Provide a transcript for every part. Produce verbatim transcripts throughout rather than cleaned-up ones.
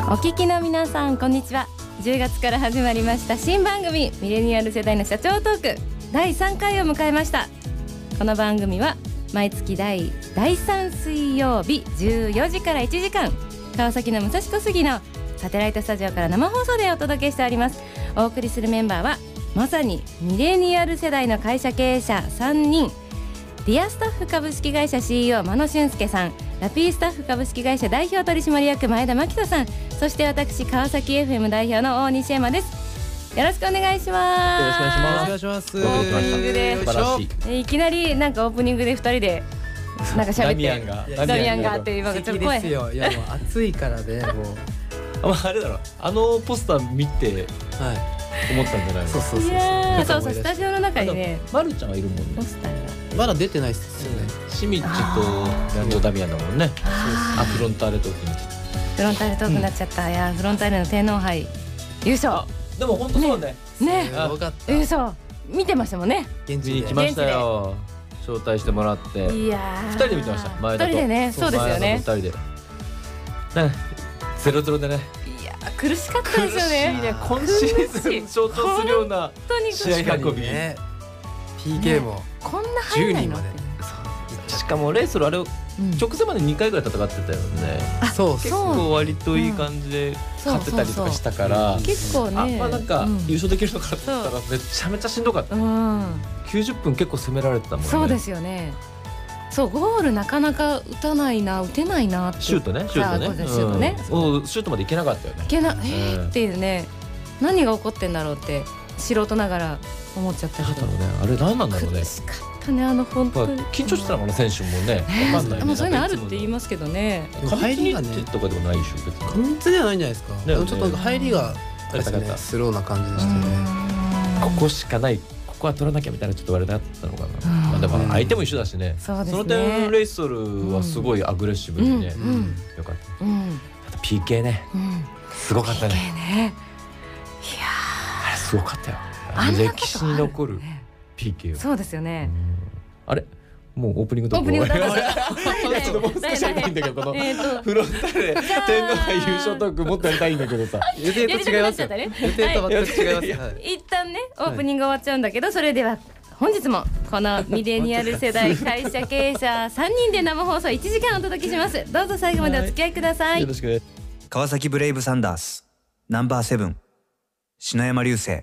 お聞きの皆さんこんにちは。じゅうがつから始まりました新番組ミレニアル世代の社長トークだいさんかいを迎えました。この番組は毎月第だいさん水曜日じゅうよじからいちじかん川崎の武蔵小杉のサテライトスタジオから生放送でお届けしております。お送りするメンバーはまさにミレニアル世代の会社経営者さんにん、ディアスタッフ株式会社 シーイーオー 真野俊介さん、ラピースタッフ株式会社代表取締役前田真紀人さん、そして私川崎 エフエム 代表の大西エマです。よろしくお願いします。 よろしくお願いします。お願いします。 オープニングで素晴らしい。 えいきなりなんかオープニングでふたりでなんか喋ってダミアンがダミアンがって今ちょっと声ですよ。いやもう暑いからねもうあ、あれだろ、あのポスター見てはい思ったんじゃないの。 そうそうそういやーそそうそうスタジオの中にねまるちゃんがいるもんね。 ポスターがまだ出てないっすよね。 シミッチとランドダミアンだもんね。あ、フロンターレトークにフロンターレトークになっちゃった、いやフロンターレの天皇杯優勝あ、でも本当そうね。 ねすごかった。 優勝見てましたもんね。 現地で見に来ましたよ。招待してもらっていやー二人で見てました。前田と二人でね、そうですよね。 二人でなんかゼロゼロでね。 いやー苦しかったですよね。 苦しいね。今シーズン象徴するような本当に試合運び。 ね ピーケー もこんな入んないのってじゅうにんましかもレイソルあれをうん直前までにかいぐらい戦ってたよね。 そう結そう構割といい感じで勝ってたりとかしたから、 結構ねあ、まあなんかうん優勝できるのかと思ったらめちゃめちゃしんどかった。 うんきゅうじゅっぷん結構攻められてたもんね。 そうですよね。そうゴールなかなか打たないな打てないなってシュートね、シュートね、 あそうですシュートねうんおシュートまでいけなかったよねい。けなえーっていうね、何が起こってんだろうって素人ながら思っちゃったけど、 なんだろうね、あれ何なんだろうね苦。しかったねあの本まあ当に。 緊張してたのかな選手もね、わかんないね。 もうそういうのあるって言いまますけどね。 でもす。 入りがねとかでもないでしょ別過に。 密ではないんじゃないですか。 だよねちょっとなんか入りがあれですねガタガタスローな感じでしたね。 ここしかない、ここは取らなきゃみたいなちょっとあれだったのかな。 うんまあでも相手も一緒だしね。 そうですね。 その点レイソルはすごいアグレッシブにね、 うんうんよかった。 うんあと ピーケー ね、 うんすごかったね。 ピーケー ね。いやあれすごかったよ。 ーあんなこと歴史に残るねピーケー を。 そうですよね。 あれもうオープニングトークオープニングトーク終わりいやちょっともう少しやりたいんだけど、このえーとフロンターレ天皇杯優勝トークもっとやりたいんだけどさ。 予定と違いますよ。 やり予定と全く違います。 はいはい一旦ねオープニング終わっちゃうんだけど、それでは本日もこのミレニアル世代会社経営者さんにんで生放送いちじかんお届けします。どうぞ最後までお付き合いください。 よろしくね。 川崎ブレイブサンダースナンバーセブン篠山流星。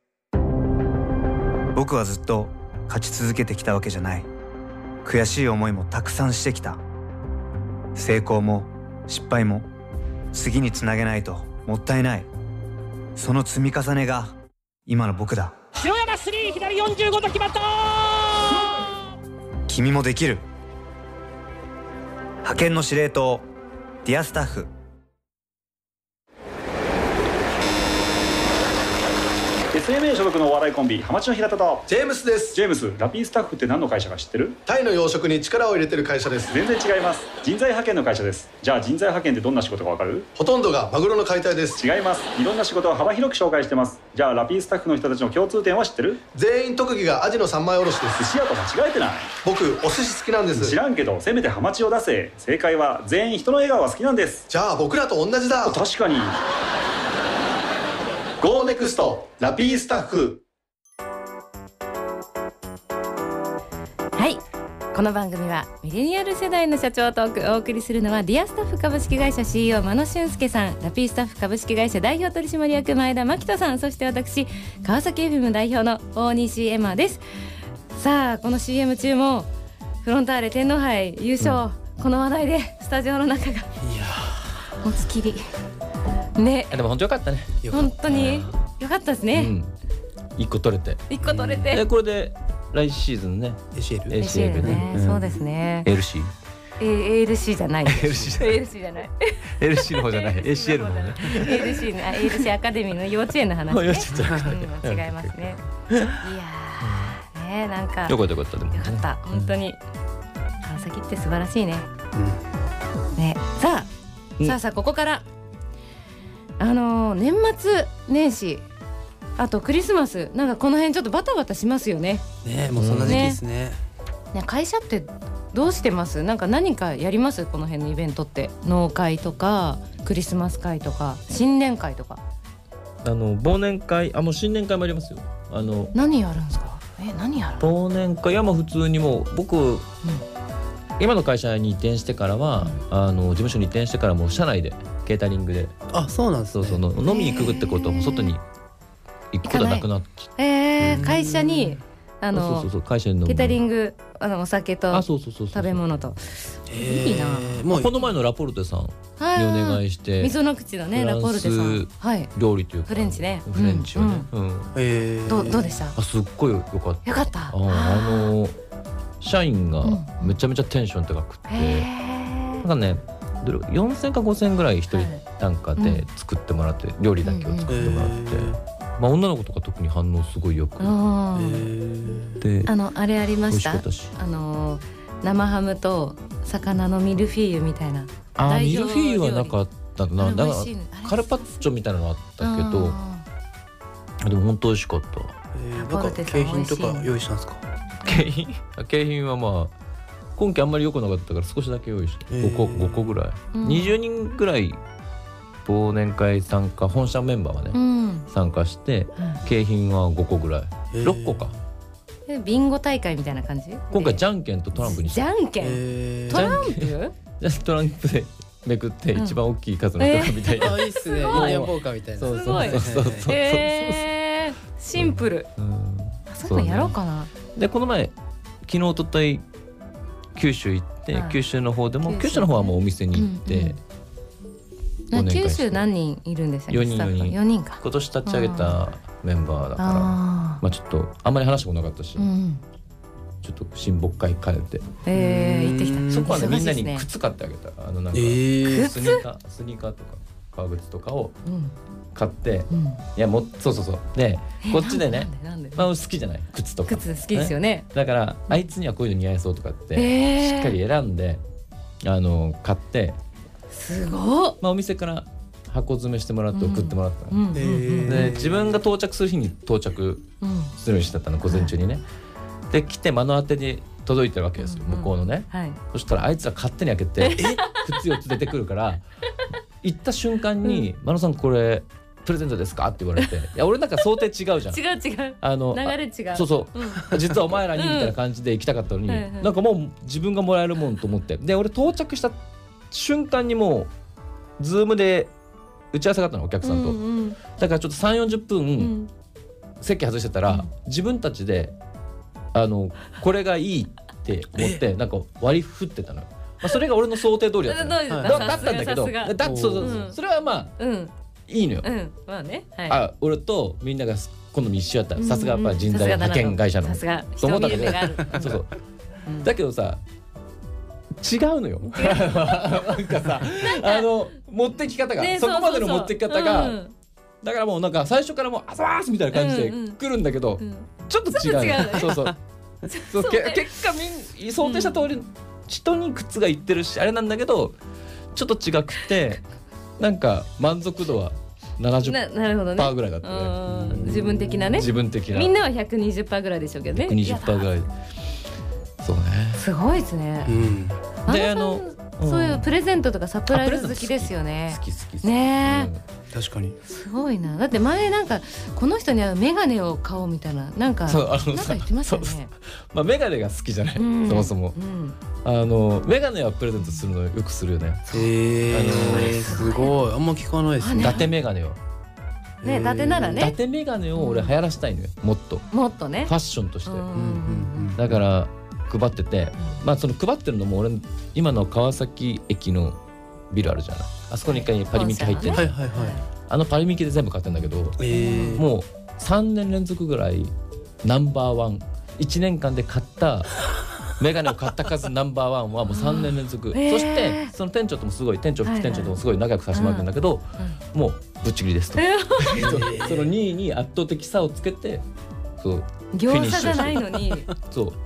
僕はずっと勝ち続けてきたわけじゃない。悔しい思いもたくさんしてきた。成功も失敗も次につなげないともったいない。その積み重ねが今の僕だ。 篠山スリー左よんじゅうご度決まった。 君もできる。派遣の司令塔ディアスタッフ。 エスエムエー 所属のお笑いコンビハマチの平田とジェームスです。 ジェームス、ラピースタッフって何の会社か知ってる？ タイの養殖に力を入れてる会社です。 全然違います。人材派遣の会社です。じゃあ人材派遣ってどんな仕事かわかる？ ほとんどがマグロの解体です。 違います。いろんな仕事を幅広く紹介してます。じゃあラピースタッフの人たちの共通点は知ってる？ 全員特技がアジの三枚おろしです。 寿司屋と間違えてない？ 僕お寿司好きなんです。 知らんけどせめてハマチを出せ。正解は全員人の笑顔が好きなんです。 じゃあ僕らと同じだ。 確かに。 ゴーネクストラピースタッフ。 はい、この番組はミレニアル世代の社長トーク。お送りするのはディアスタッフ株式会社 シーイーオー 真野俊介さん、ラピースタッフ株式会社代表取締役前田真紀人さん、そして私川崎 エフエム 代表の大西エマです。さあこの シーエム 中もフロンターレ天皇杯優勝、うん、この話題でスタジオの中がおつきりね。 でも本当よかったね。 本当によかったですね、 うん、いっこ取れていっこ取れて、 でこれで来シーズンねエーシーエルエーシーエル ね、 ね、そうですね。 エルシーエーエルシー じゃないエルシーエルシー じゃないエルシー の方じゃない エーシーエル の方ね。 エーエルシー のあ エーエルシー アカデミーの幼稚園の話ね。 幼稚園じゃなくてうん、違いますね。いやーね、なんかよかったよかった。でもよかった本当に川崎って素晴らしいね。ね、さあさあさあここからあのー、年末年始あとクリスマスなんかこの辺ちょっとバタバタしますよね。 ね、もうそんな時期ですね。 ね、会社ってどうしてます？なんか何かやります？この辺のイベントって。農会とかクリスマス会とか新年会とか。 あの忘年会、あもう新年会もありますよ。あの何やるんですか？え何やる？ 忘年会はもう普通にもう僕、うん、今の会社に移転してからは、うん、あの事務所に移転してからもう社内でケータリングで、 あそうなんですね。 そうそう飲みに行くってことはもう外に行くことはなくなって、 えー、会社にあのそうそうそう会社に飲むケータリング、あのお酒と食べ物と、いいな。 もうこの前のラポルテさんにお願いして、 溝の口のねラポルテさん、はい、 料理というかフレンチね、 フレンチをね、 うんうんえー、ど, どうでした？ あすっごいよかった。 よかった。 ああの社員がめちゃめちゃテンション高くて、うん、なんかねよんせんかごせんぐらい一人単価で作ってもらって、はい、料理だけを作ってもらって。うんうんまあ、女の子とか特に反応すごいよくで、 あのあれありました。あの生ハムと魚のミルフィーユみたいな。 あミルフィーユはなかったな。だからカルパッチョみたいなのあったけど、でも本当美味しかった。 えー、なんか景品とか用意したんですか？ 景品景品はまあ今期あんまり良くなかったから少しだけ用意して、えー、ごこごこぐらい、うん、にじゅうにんぐらい忘年会参加本社メンバーはね、うん、参加して、うん、景品はごこぐらい、えー、ろっこか。 ビンゴ大会みたいな感じ？ 今回じゃんけんとトランプにして。 じゃんけん、えー、トランプ？ トランプでめくって一番大きい数の人みたいな、 うんえー、あいいっすね。インディアンポーカーみたいな。 すごい。えー、シンプル、うん、そういうのやろうかな。 でこの前昨日一昨日九州行って、はい、九州の方でも九州の方はもうお店に行って、うんうん九州何人いるんですか？ よにんよにんか。 今年立ち上げたメンバーだから、あまあちょっとあんまり話もなかったし、うん、ちょっと親睦会兼ねて、 えー、行ってきた。 そこはねみんなに靴買ってあげた。あのなんか、えー、スニーカースニーカーとか革靴とかを買って、うん、いやもそうそうそうでこっちでね、まあ好きじゃない靴とか。 靴好きですよね。 だからあいつにはこういうの似合いそうとかって、えー、しっかり選んであの買って。 すごっ、 まあ、お店から箱詰めしてもらって送ってもらったの、うん、で自分が到着する日に到着するようにしてたの、午前中にね。で来て目の当てに届いてるわけですよ、うんうん、向こうのね、はい、そしたらあいつは勝手に開けて靴よっつ出てくるから行った瞬間に「真野さんこれプレゼントですか?」って言われて「いや俺なんか想定違うじゃん」 違う違うあの流れ違うそうそう、うん、実はお前らにみたいな感じで行きたかったのに、うん、なんかもう自分がもらえるもんと思ってで俺到着した瞬間にもうズームで打ち合わせがあったのお客さんと、うんうん、だからちょっと さんじゅうよんじゅっぷん、うん、席外してたら、うん、自分たちであのこれがいいって思ってなんか割り振ってたのよ、まあ、それが俺の想定通りだったの、はい、だ, だったんだけどだそうそうそう、うん、それはまあ、うん、いいのよ、うんまあねはい、あ俺とみんなが好み一緒やったらさすがやっぱ人材派遣会社のと思ったんだけどそうそう、うん、だけどさ違うのよなんかさあの持ってき方が、ね、そこまでの持ってき方が、うん、だからもうなんか最初からもうあざーすみたいな感じで来るんだけど、うんうん、ちょっと違うの、ね、そうそうそうそうけ結果みん想定した通り、うん、人に靴がいってるしあれなんだけどちょっと違くてなんか満足度はななじゅっパーセントぐらいだったね、 うん、自分的なね自分的なみんなは ひゃくにじゅっパーセント ぐらいでしょうけどね ひゃくにじゅっパーセント ぐらいそうねすごいですね、うん、であのそういうプレゼントとかサプライズ好きですよね。 好き好き好きね、 うん、確かにすごいな。だって前なんかこの人にはメガネを買おうみたいななんかなんか言ってましたよね。そうそうまあメガネが好きじゃない、うん、そもそも、うん、あのメガネはプレゼントするのよくするよね。へえー、すごいあんま聞かないですね。 伊達メガネをね伊達ならね伊達メガネを俺流行らしたいのよもっともっとねファッションとして、うんうんうん、だから配ってて、まあその配ってるのも俺今の川崎駅のビルあるじゃないあそこに一回パリミキ入ってる、はいはいはい、あのパリミキで全部買ってんだけど、えー、もうさんねん連続ぐらいナンバーワンいちねんかんで買ったメガネを買った数ナンバーワンはもうさんねん連続、えー、そしてその店長ともすごい店長副店長ともすごい仲良くさせてもらってるんだけど、はいはい、もうぶっちぎりですと、えー、そのにいに圧倒的差をつけてそう業者じゃないのにそう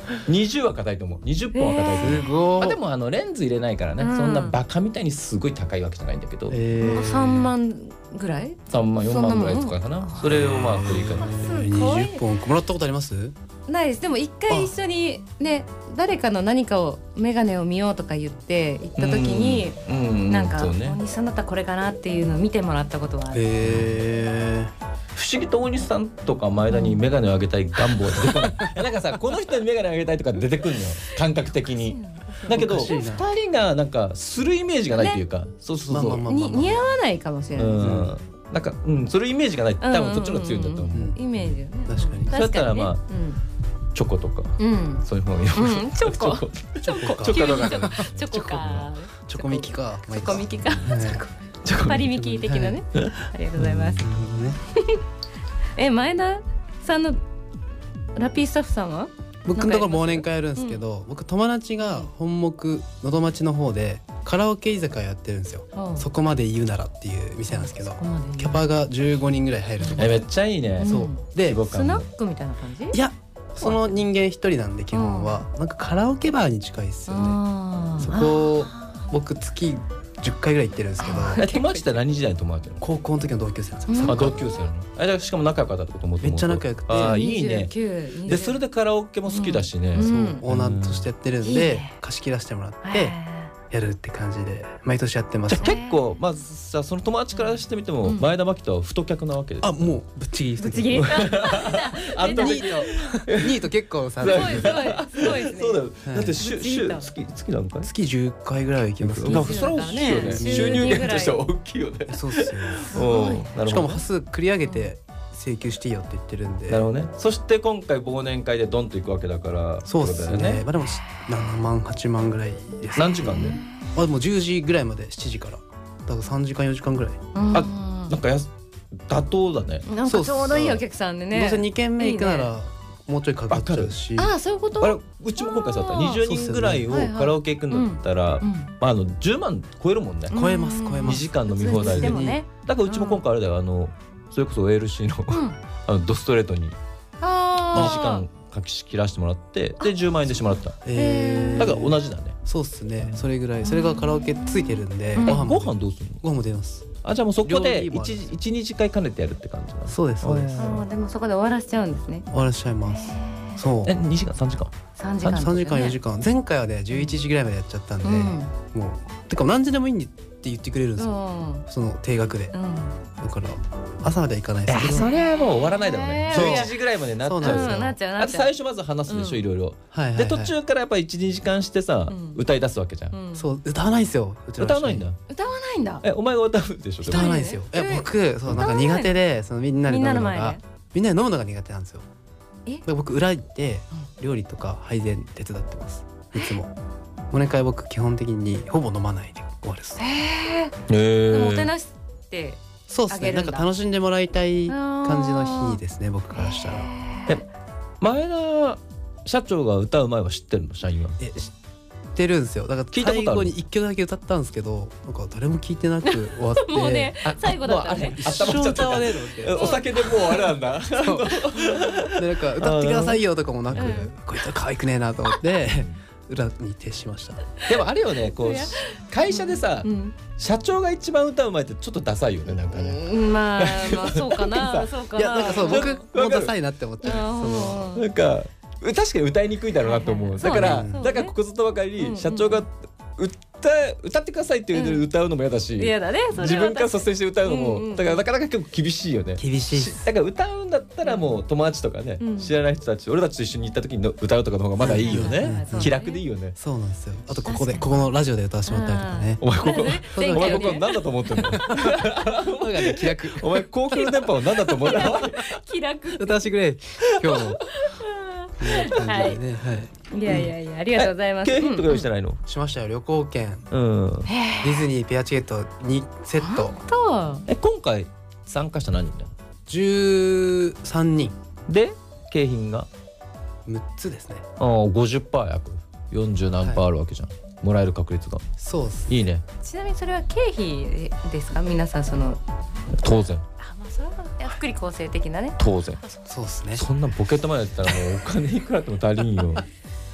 にじゅうは硬いと思う。にじゅっぽんは硬いと思う。 すごい。 まあでもあのレンズ入れないからね、 うんそんなバカみたいにすごい高いわけじゃないんだけど、 えー、 さんまんぐらい？ さんまんよんまんぐらいとかかな。それをまあ繰り返しすごいにじゅっぽんもらったことあります？ ないです。でも一回一緒にね誰かの何かをメガネを見ようとか言って行った時に、 うんうんなんか、 そうね、 大西さんだったらこれかなっていうのを見てもらったことはある。 え不思議と大西さんとか前田にメガネをあげたい願望が出てこない。なんかさこの人にメガネをあげたいとか出てくるのよ感覚的に。だけどふおかしいなたりがなんかするイメージがないというか、そうそうそう、 まあまあに似合わないかもしれない。 うんなんかうんそれイメージがない多分そっちの方が強いんだと思う。 うんイメージよね。 確かに。 そうやったらまあチョコとかうんうんそういう方がいい。 うんチョコチョコチョコとかチョコチョコかチョコミキか。 チョコミキかはいチョコパリミキ的なね。ありがとうございます。 なるほどね。 え前田さんのラピースタッフさんは？ 僕のところ忘年会やるんですけど、僕友達が本木のど町の方でカラオケ居酒屋やってるんですよ。 うんそこまで言うならっていう店なんですけど、 そこまでキャパがじゅうごにんぐらい入るところえめっちゃいいね。 うんそうで規模感もスナックみたいな感じ？ いやその人間一人なんで基本はなんかカラオケバーに近いですよね。 あーそこを僕月じゅっかいぐらい行ってるんですけど、 え友達って何時代の友達なの？ 高校の時の同級生なんですよ。 うんあ同級生なの？あじゃあしかも仲良かったってこともめっちゃ仲良くてあーいいね。 にじゅうきゅうでそれでカラオケも好きだしね。 うんそうオーナーとしてやってるんいいでね貸し切らせてもらっへてやるって感じで毎年やってます。 じゃあ結構まずさその友達からしてみてもうん前田真希とは太客なわけです。 あもうぶっちぎりぶっちぎり。 圧倒的ニートニート結構さすごいすごいすごいですね。 そうだよ。 はいだって週週ぶっちぎった月月何回？ 月じゅっかいぐらいは行きますね。 なんかそれは大きいよね。 週収入にぐらい源としては大きいよね。 そうっすよ。 うんなるほどね。 しかも端数繰り上げて請求していいよって言ってるんで。 なるほどね。そして今回忘年会でドンと行くわけだからそうっすってことだよね。まあでもななまんはちまんぐらいです。 何時間で？ あでもじゅうじぐらいまでしちじから。だからさんじかんよじかんぐらい。 うんあなんかやす妥当だね。 なんかちょうどいいお客さんでね。 どうせにけんめ行くならもうちょいかかっちゃうし。 ああそういうこと？ あれうちも今回そうだった。 あーにじゅうにんぐらいをそうっすよねカラオケ行くんだったら、 うんまああのじゅうまん超えるもんね。 超えます超えますにじかん飲み放題で。 でもね。 だからうちも今回あれだよあのそれこそ オーエルシー のうんあのドストレートににじああ。 かん書き切らしてもらってでじゅうまんえんでしてもらった。 えーだから同じだね。 そうっすね。それぐらい。それがカラオケついてるんでうんあごご飯も飯どうするの？ ご飯も出ます。 あじゃあもうそこで料理もある一一二次会兼ねてやるって感じなの？ そうですそうです。 あーでもそこで終わらせちゃうんですね。 終わらしちゃいます。そう。 えにじかんさんじかん？ 三時間。 さんじかんよじかん前回はねじゅういちじぐらいまでやっちゃったんで、 うん。 もうてか何時でもいいんでって言ってくれるんですよ、 うん。 その定額で。 うん。 だから朝までは行かないいやですけど、 それはもう終わらないだろうね。 えーじゅういちじぐらいまでなっちゃうそうなんですようんなっちゃうなあとっちゃう。 最初まず話すでしょうんいろいろ。 はいはいはい、 で途中からやっぱりいちにじかんしてさうん歌い出すわけじゃん。 うんそう歌わないんですよ。うちの歌わないんだ。 歌わないんだ。 えお前が歌うでしょ？ 歌わないんですよ。 ええ僕そうなんか歌わない苦手でそのみんなでみんな飲むのがの前で。 みんなで飲むのが苦手なんですよ。 えで僕裏行って料理とか配膳手伝ってますいつも。忘年会僕基本的にほぼ飲まないで終わるっす。 へえ。 えでもおてなしって。 そうですね。 あげるんだなんか楽しんでもらいたい感じの日ですね僕からしたら。 前田社長が歌う前は知ってるの社員は？ え知ってるんですよ。だから聞いたことある最後に一曲だけ歌ったんですけどなんか誰も聞いてなく終わってもうねあ最後だったね。 一生歌わねえと思ってえお酒でもうあれなんだ。 そうでなんか歌ってくださいよとかもなく、 うんこいつは可愛くねえなと思って裏に徹しました。 でもあれよねこう会社でさうん。 社長が一番歌う前ってちょっとダサいよねなんかね。 うんまあまあそうかなそうかな。 いやなんかそう僕もダサいなって思っちゃう。そのあーなんか確かに歌いにくいだろうなと思う。 はいだからはいそうねだからここぞとばかりうんうんに社長が歌歌ってくださいって言うのに歌うのも嫌だし。 嫌だね。それは自分から率先して歌うのも、 うんうんだからなかなか結構厳しいよね。 厳しいっす。 だから歌うんだったらもう友達とかね、 うん知らない人たち俺たちと一緒に行った時にの歌うとかの方がまだいいよね、 うんうん気楽でいいよね。 そうなんですよ。あとここでここのラジオで歌わせてもらったりとかね。 お前ここ前お前回よりここ何だと思ってんのなんかね気楽お前公共電波を何だと思ってんの気楽。 歌わせてくれ今日も。ね感じでねはい。 いやいやいやありがとうございます。 景品とか用意してないの？ しましたよ旅行券うん、 ディズニーペアチケットにセットとえ今回参加者何人だよじゅうさんにんで景品がむっつですね。 ああ ごじゅっパーセント 約よんじゅう何パーあるわけじゃん、もらえる確率がそうっす。 いいね。 ちなみにそれは経費ですか皆さんその当然あまあそれはいや福利厚生的なね。 当然そうっすね。 そんなポケットまでやったらもうお金いくらあっても足りんよ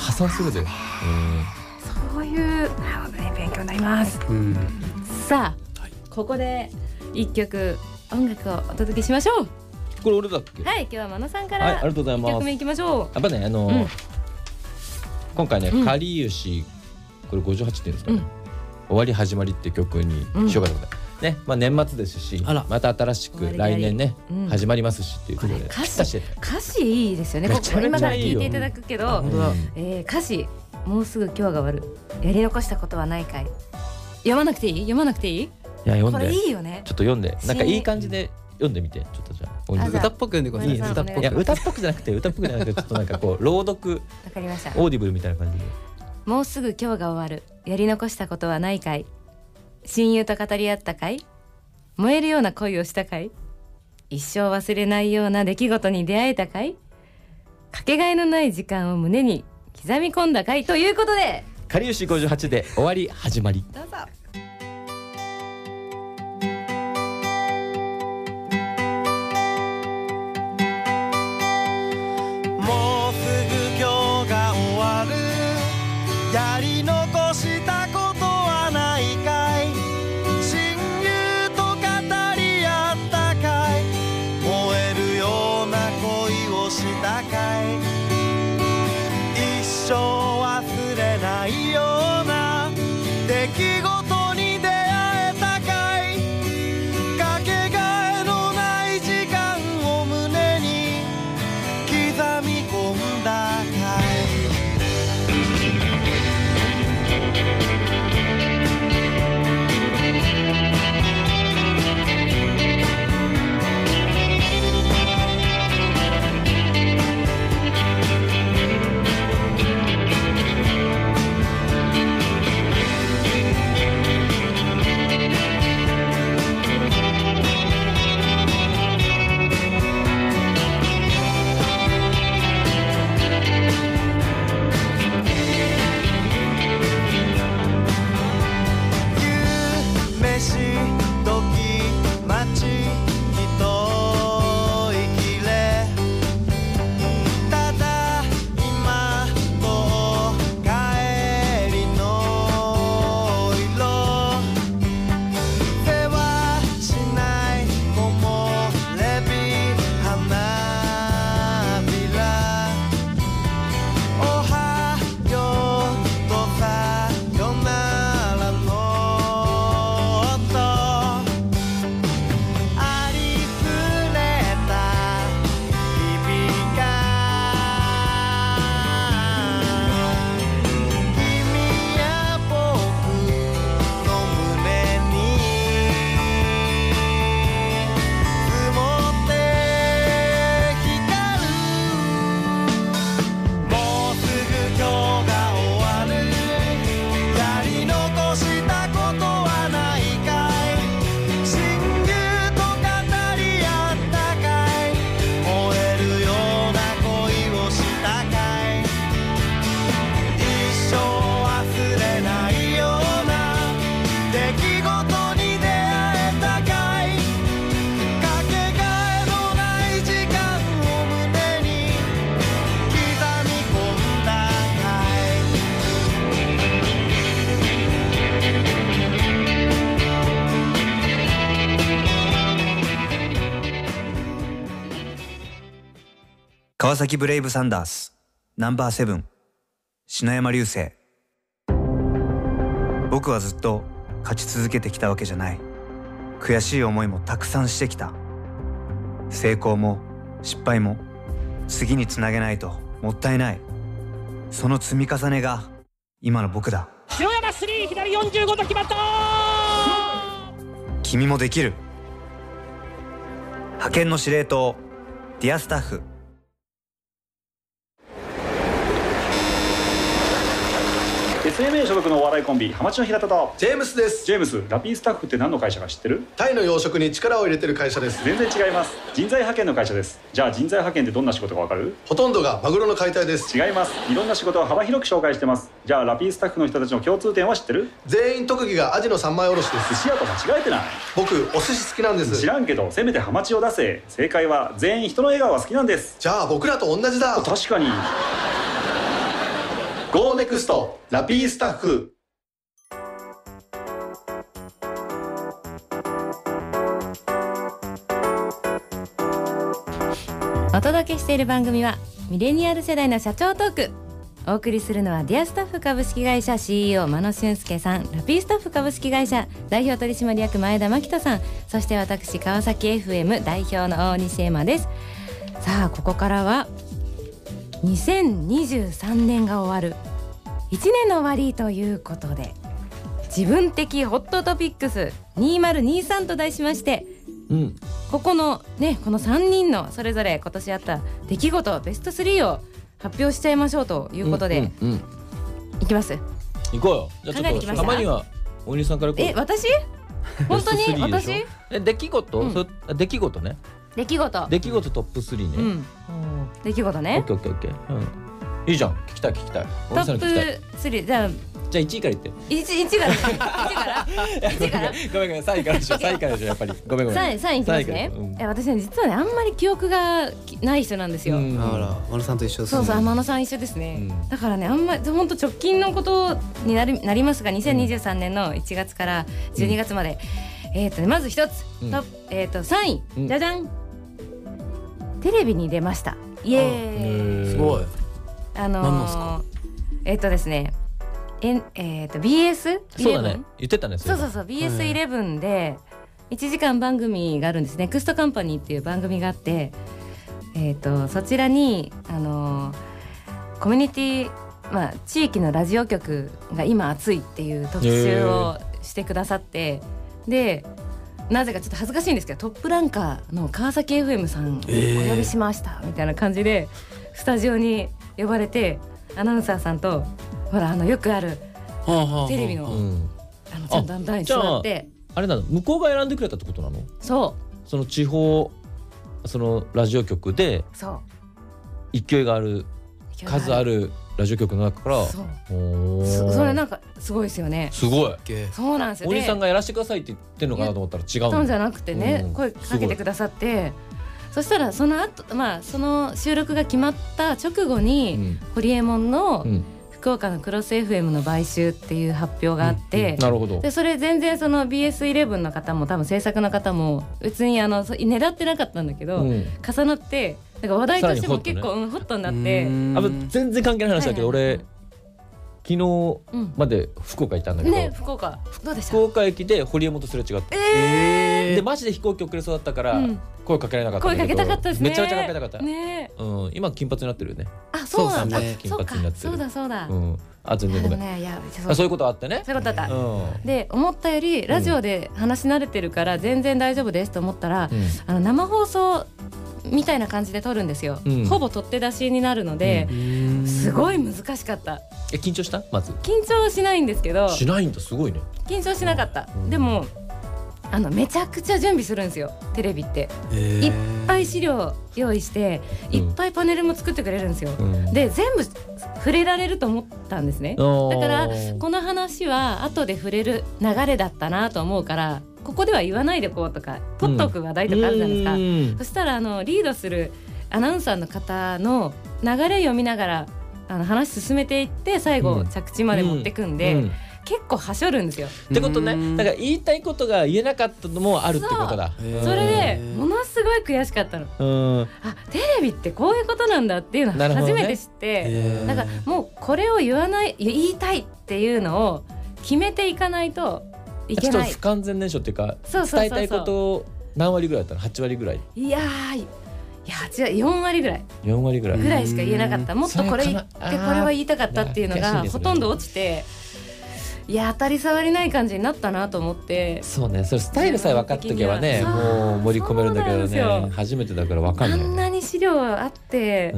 破産するで、うん、 そういうなるほどね、勉強になります、うん、さあ、はい、ここで一曲音楽をお届けしましょう。 これ俺だっけ？ はい、今日は真野さんから、はい、 ありがとうございます。 いっきょくめいきましょう。 やっぱね、あのーうん、今回ね、うん、かりゆしこれごじゅうはちっていうんですかね、うん、終わり始まりって曲にしようかと思って、うん、ね、まあ年末ですし、また新しく来年ね、うん、始まりますしっていうことで、 歌詞歌詞いいですよね。これ今から聞いていただくけど、うん、えー、歌詞もうすぐ今日が終わる、やり残したことはないかい。読まなくていい？読まなくていい？いや、読んで。 これいいよね。 ちょっと読んで、なんかいい感じで読んでみて、ちょっとじゃあ歌っぽく読んでください。 歌っぽく、いや歌っぽくじゃなくて歌っぽくじゃなくてちょっとなんかこう朗読、わかりました。 オーディブルみたいな感じで。 もうすぐ今日が終わる、やり残したことはないかい。親友と語り合ったかい。燃えるような恋をしたかい。一生忘れないような出来事に出会えたかい。かけがえのない時間を胸に刻み込んだかい。ということで、 かりゆしごじゅうはちで終わり始まり。 どうぞ。 やり残したことはないかい。親友と語り合ったかい。燃えるような恋をしたかい。一生忘れないような出来事に出会えたかい。かけがえのない時間を胸に刻み込んだかい。 川崎ブレイブサンダースナンバーセブン篠山竜星。僕はずっと勝ち続けてきたわけじゃない。悔しい思いもたくさんしてきた。成功も失敗も次につなげないともったいない。その積み重ねが今の僕だ。 篠山スリー左よんじゅうご度決まった。 君もできる。派遣の司令塔ディアスタッフ。 エスエムエー 所属のお笑いコンビハマチの平田とジェームスです。 ジェームス、ラピースタッフって何の会社か知ってる？ タイの養殖に力を入れてる会社です。 全然違います。人材派遣の会社です。じゃあ人材派遣ってどんな仕事かわかる？ ほとんどがマグロの解体です。 違います。いろんな仕事を幅広く紹介してます。じゃあラピースタッフの人たちの共通点は知ってる？ 全員特技がアジの三枚おろしです。 寿司屋と間違えてない？ 僕お寿司好きなんです。 知らんけどせめてハマチを出せ。正解は全員人の笑顔が好きなんです。 じゃあ僕らと同じだ。 確かに。 ゴーネクストラピースタッフ。 お届けしている番組はミレニアル世代の社長トーク。お送りするのはディアスタッフ株式会社 シーイーオー 真野俊介さん、ラピースタッフ株式会社代表取締役前田真紀人さん、そして私川崎 エフエム 代表の大西恵馬です。さあここからはにせんにじゅうさんねんが終わるいちねんの終わりということで、自分的ホットトピックスにせんにじゅうさんと題しまして、うん、ここのねこのさんにんのそれぞれ今年あった出来事ベストスリーを発表しちゃいましょうということで、うんうんうん、いきます。 行こうよ。じゃあちょっとたまにはお兄さんから行こう。 え私本当に私え出来事、うん、そ出来事ね出来事出来事トップスリーね、うん、 出来事ね。 オッケーオッケーオッケー、うん、いいじゃん。聞きたい聞きたい。 トップスリーじゃあじゃあいちいから言って。 いち、いちからいちからいちからごめんごめんさんいからでしょさんいからでしょやっぱりごめんごめんさんいさんいいきますね。うん、え私ね実はねあんまり記憶がない人なんですよ。 あら真野さんと一緒ですね。 そうそう真野さん一緒ですね。うん、だからねあんまり本当直近のことになりなりますが、にせんにじゅうさんねんのいちがつからじゅうにがつまで、うん、えっとねまず一つ、うん、とえっとさんい、うん、じゃじゃん、テレビに出ました。イエーイ。 すごい。 あのー、何なんですか。えっとですね。ええー、と ビーエスイレブンそうだね言ってたね。 そうそうそう ビーエスイレブン でいちじかん番組があるんです。ネクストカンパニーっていう番組があって、えー、とそちらにあのー、コミュニティ、まあ、地域のラジオ局が今熱いっていう特集をしてくださって、でなぜかちょっと恥ずかしいんですけどトップランカーの川崎 エフエム さんお呼びしましたみたいな感じでスタジオに呼ばれて、アナウンサーさんとほらあのよくあるテレビの、うん、あのちゃんと段に座って、 あれなの向こうが選んでくれたってことなの。 そうその地方そのラジオ局でそう勢いがある数あるラジオ局の中からそう そ, それなんかすごいですよね。 すごい。 そうなんですよ。 お兄さんがやらせてくださいって言ってるのかなと思ったら違うの。 そうじゃなくてね、うん、声かけてくださって、そしたらその後、まあその収録が決まった直後に、うん、ホリエモンの、うん福岡のクロス エフエム の買収っていう発表があって、 うんうん、なるほど。 でそれ全然その ビーエスイレブン の方も多分制作の方も別にあの狙ってなかったんだけど、うん、重なってなんか話題としても結構ホット、ねうん、ホットになって、 あ全然関係ない話だけど、はいはいはい、俺昨日まで福岡行ったんだけど、 ね、福岡どうでした。 福岡駅で堀江本すれ違った、えー、でマジで飛行機遅れそうだったから、うん、声かけられなかったんだけど、 声かけたかったですね。 めちゃめちゃかけたかった、 ねうん、今金髪になってるよね。 あそうなんだ、 金髪になってる。 そうだそうだ、 うん、あ全然ごめん、ね、いやそうそういうことあってね。 そういうことあった、うん、で思ったよりラジオで話し慣れてるから全然大丈夫ですと思ったら、うん、あの生放送みたいな感じで撮るんですよ、うん、ほぼ取って出しになるので、うん、すごい難しかった。 え緊張した？まず緊張しないんですけど。 しないんだすごいね。 緊張しなかった、うん、でもあのめちゃくちゃ準備するんですよテレビって。いっぱい資料用意していっぱいパネルも作ってくれるんですよ、うん、で全部触れられると思ったんですね。だからこの話は後で触れる流れだったなと思うからここでは言わないでこうとか取っとく話題とかあるじゃないですか、うん、そしたらあのリードするアナウンサーの方の流れを読みながらあの話進めていって最後着地まで持ってくんで、うんうん、結構はしょるんですよ。 ってことね。だから言いたいことが言えなかったのもあるってことだ。 そ, それでものすごい悔しかったの。うんあテレビってこういうことなんだっていうのを初めて知って、ね、だからもうこれを言わない言いたいっていうのを決めていかないといけない。 ちょっと不完全燃焼っていうかそうそうそうそう伝えたいことを何割ぐらいだったの？はち割ぐらい。 いやーいや違うよん割ぐらいよん割ぐらいぐらいしか言えなかった。もっとこれ言ってこれは言いたかったっていうのがほとんど落ちて、いや当たり障りない感じになったなと思って。 そうねそれスタイルさえ分かっとけばねもう盛り込めるんだけどね初めてだから分かんない、ね、 あんなに資料あって、うん、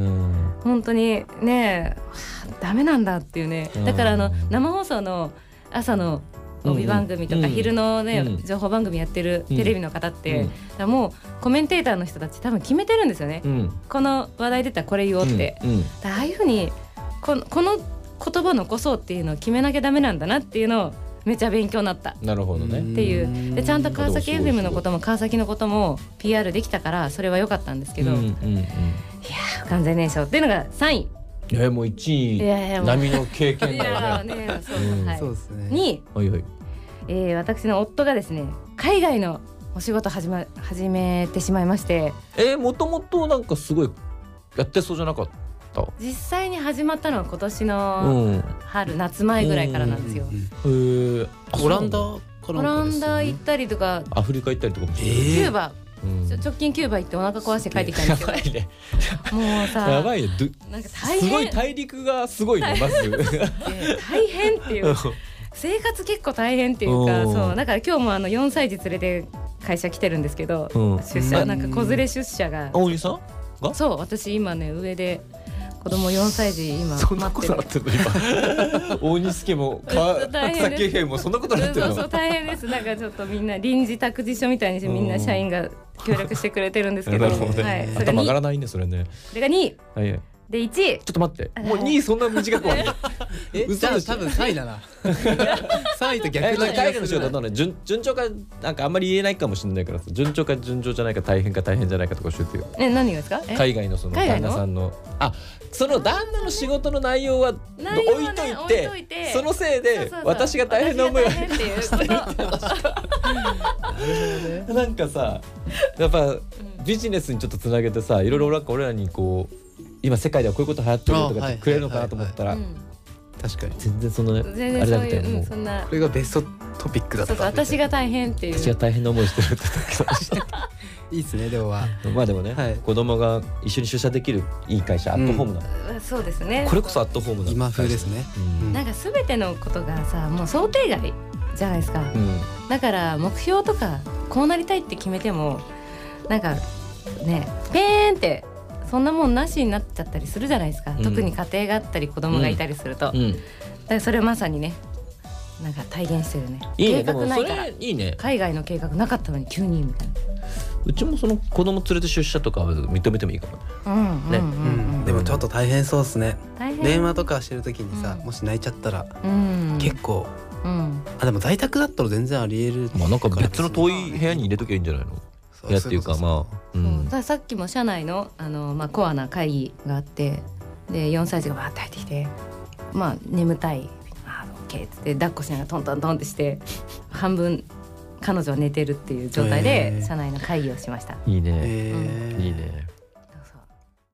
本当にねダメなんだっていうね。だからあの生放送の朝の帯番組とか昼のね、うん、情報番組やってるテレビの方って、うん、もうコメンテーターの人たち多分決めてるんですよね、うん、この話題出たらこれ言おうって、うんうん、だああいうふうにこの、この言葉残そうっていうのを決めなきゃダメなんだなっていうのをめっちゃ勉強になった。 なるほどねっていうでちゃんと川崎 エフエム のことも川崎のことも ピーアール できたからそれは良かったんですけど、うんうんうん、いや完全燃焼っていうのがさんいいやもういちい並みの経験だよね。 いやねそうそう、はい、 そうですね。 に、 はいはい、 えー、私の夫がですね海外のお仕事始ま始めてしまいまして。 えー、もともとなんかすごいやってそうじゃなかった？ 実際に始まったのは今年の春、うん、夏前ぐらいからなんですよ。 うんうんうん、 オランダからオランダ行ったりとかアフリカ行ったりとかもして、 えー、キューバ、うん、直近キューバ行ってお腹壊して帰ってきたんですけど、やばいねもうさやばいねなんか大変、 すごい大陸がすごいねまず大変っていう生活結構大変っていうか、そうだから今日もあのよんさい児連れて会社来てるんですけど、うん、出社なんか子連れ出社が大西さんがそう私今ね上で子供よんさい児今そんなことなってるの今大西家も川草家兵もそんなことなってるのそうそう大変です。なんかちょっとみんな臨時託児所みたいにしてみんな社員が協力してくれてるんですけど、 なるほどね、はい、頭上がらないねそれね。 それがにい、 はいはい、 でいちいちょっと待ってもうにいそんな短く終わるえじゃあ多分さいだなさんいと逆な気がするな。 順順調かなんかあんまり言えないかもしれないからさ、順調か順調じゃないか大変か大変じゃないかとか教えてよ。 え何がですか？ 海外のその旦那さんのあその旦那の仕事の内容は置いといて、いてそのせいで私が大変な思いをなんかさやっぱビジネスにちょっとつなげてさ、いろいろなんか俺らにこう今世界ではこういうこと流行ってるとかってくれるのかなと思ったら確かに全然そのねあれだみたいな、もうこれがベストトピックだった。 そうそう私が大変っていう私が大変な思いしてるって言っていいですね。でもはまあでもね、はい、子供が一緒に出社できるいい会社、アットホームな、 うん、そうですね。 これこそアットホームな今風ですね、 うん、なんか全てのことがさもう想定外じゃないですか、うん、だから目標とかこうなりたいって決めてもなんかねペーンってそんなもんなしになっちゃったりするじゃないですか、うん、特に家庭があったり子供がいたりすると、うんうん、だからそれをまさにねなんか体現してるね。 いいね、 計画ないからでもそれいいね。 海外の計画なかったのに急にみたいな。 うちもその子供連れて出社とかは認めてもいいかも、 うんね、うんうんうん、 でもちょっと大変そうですね。電話とかしてる時にさ、うん、もし泣いちゃったら、うん、結構、うん、あでも在宅だったら全然ありえる。 まあなんか別の遠い部屋に入れときゃいいんじゃないの。部屋っていうかまあ、 うん、さっきも社内のあの、まあ、コアな会議があってでよんさい児がバーって入ってきてまあ眠たいあオッケーって抱っこしながらトントントンってして半分彼女は寝てるっていう状態で社内の会議をしました。 いいね、いいね。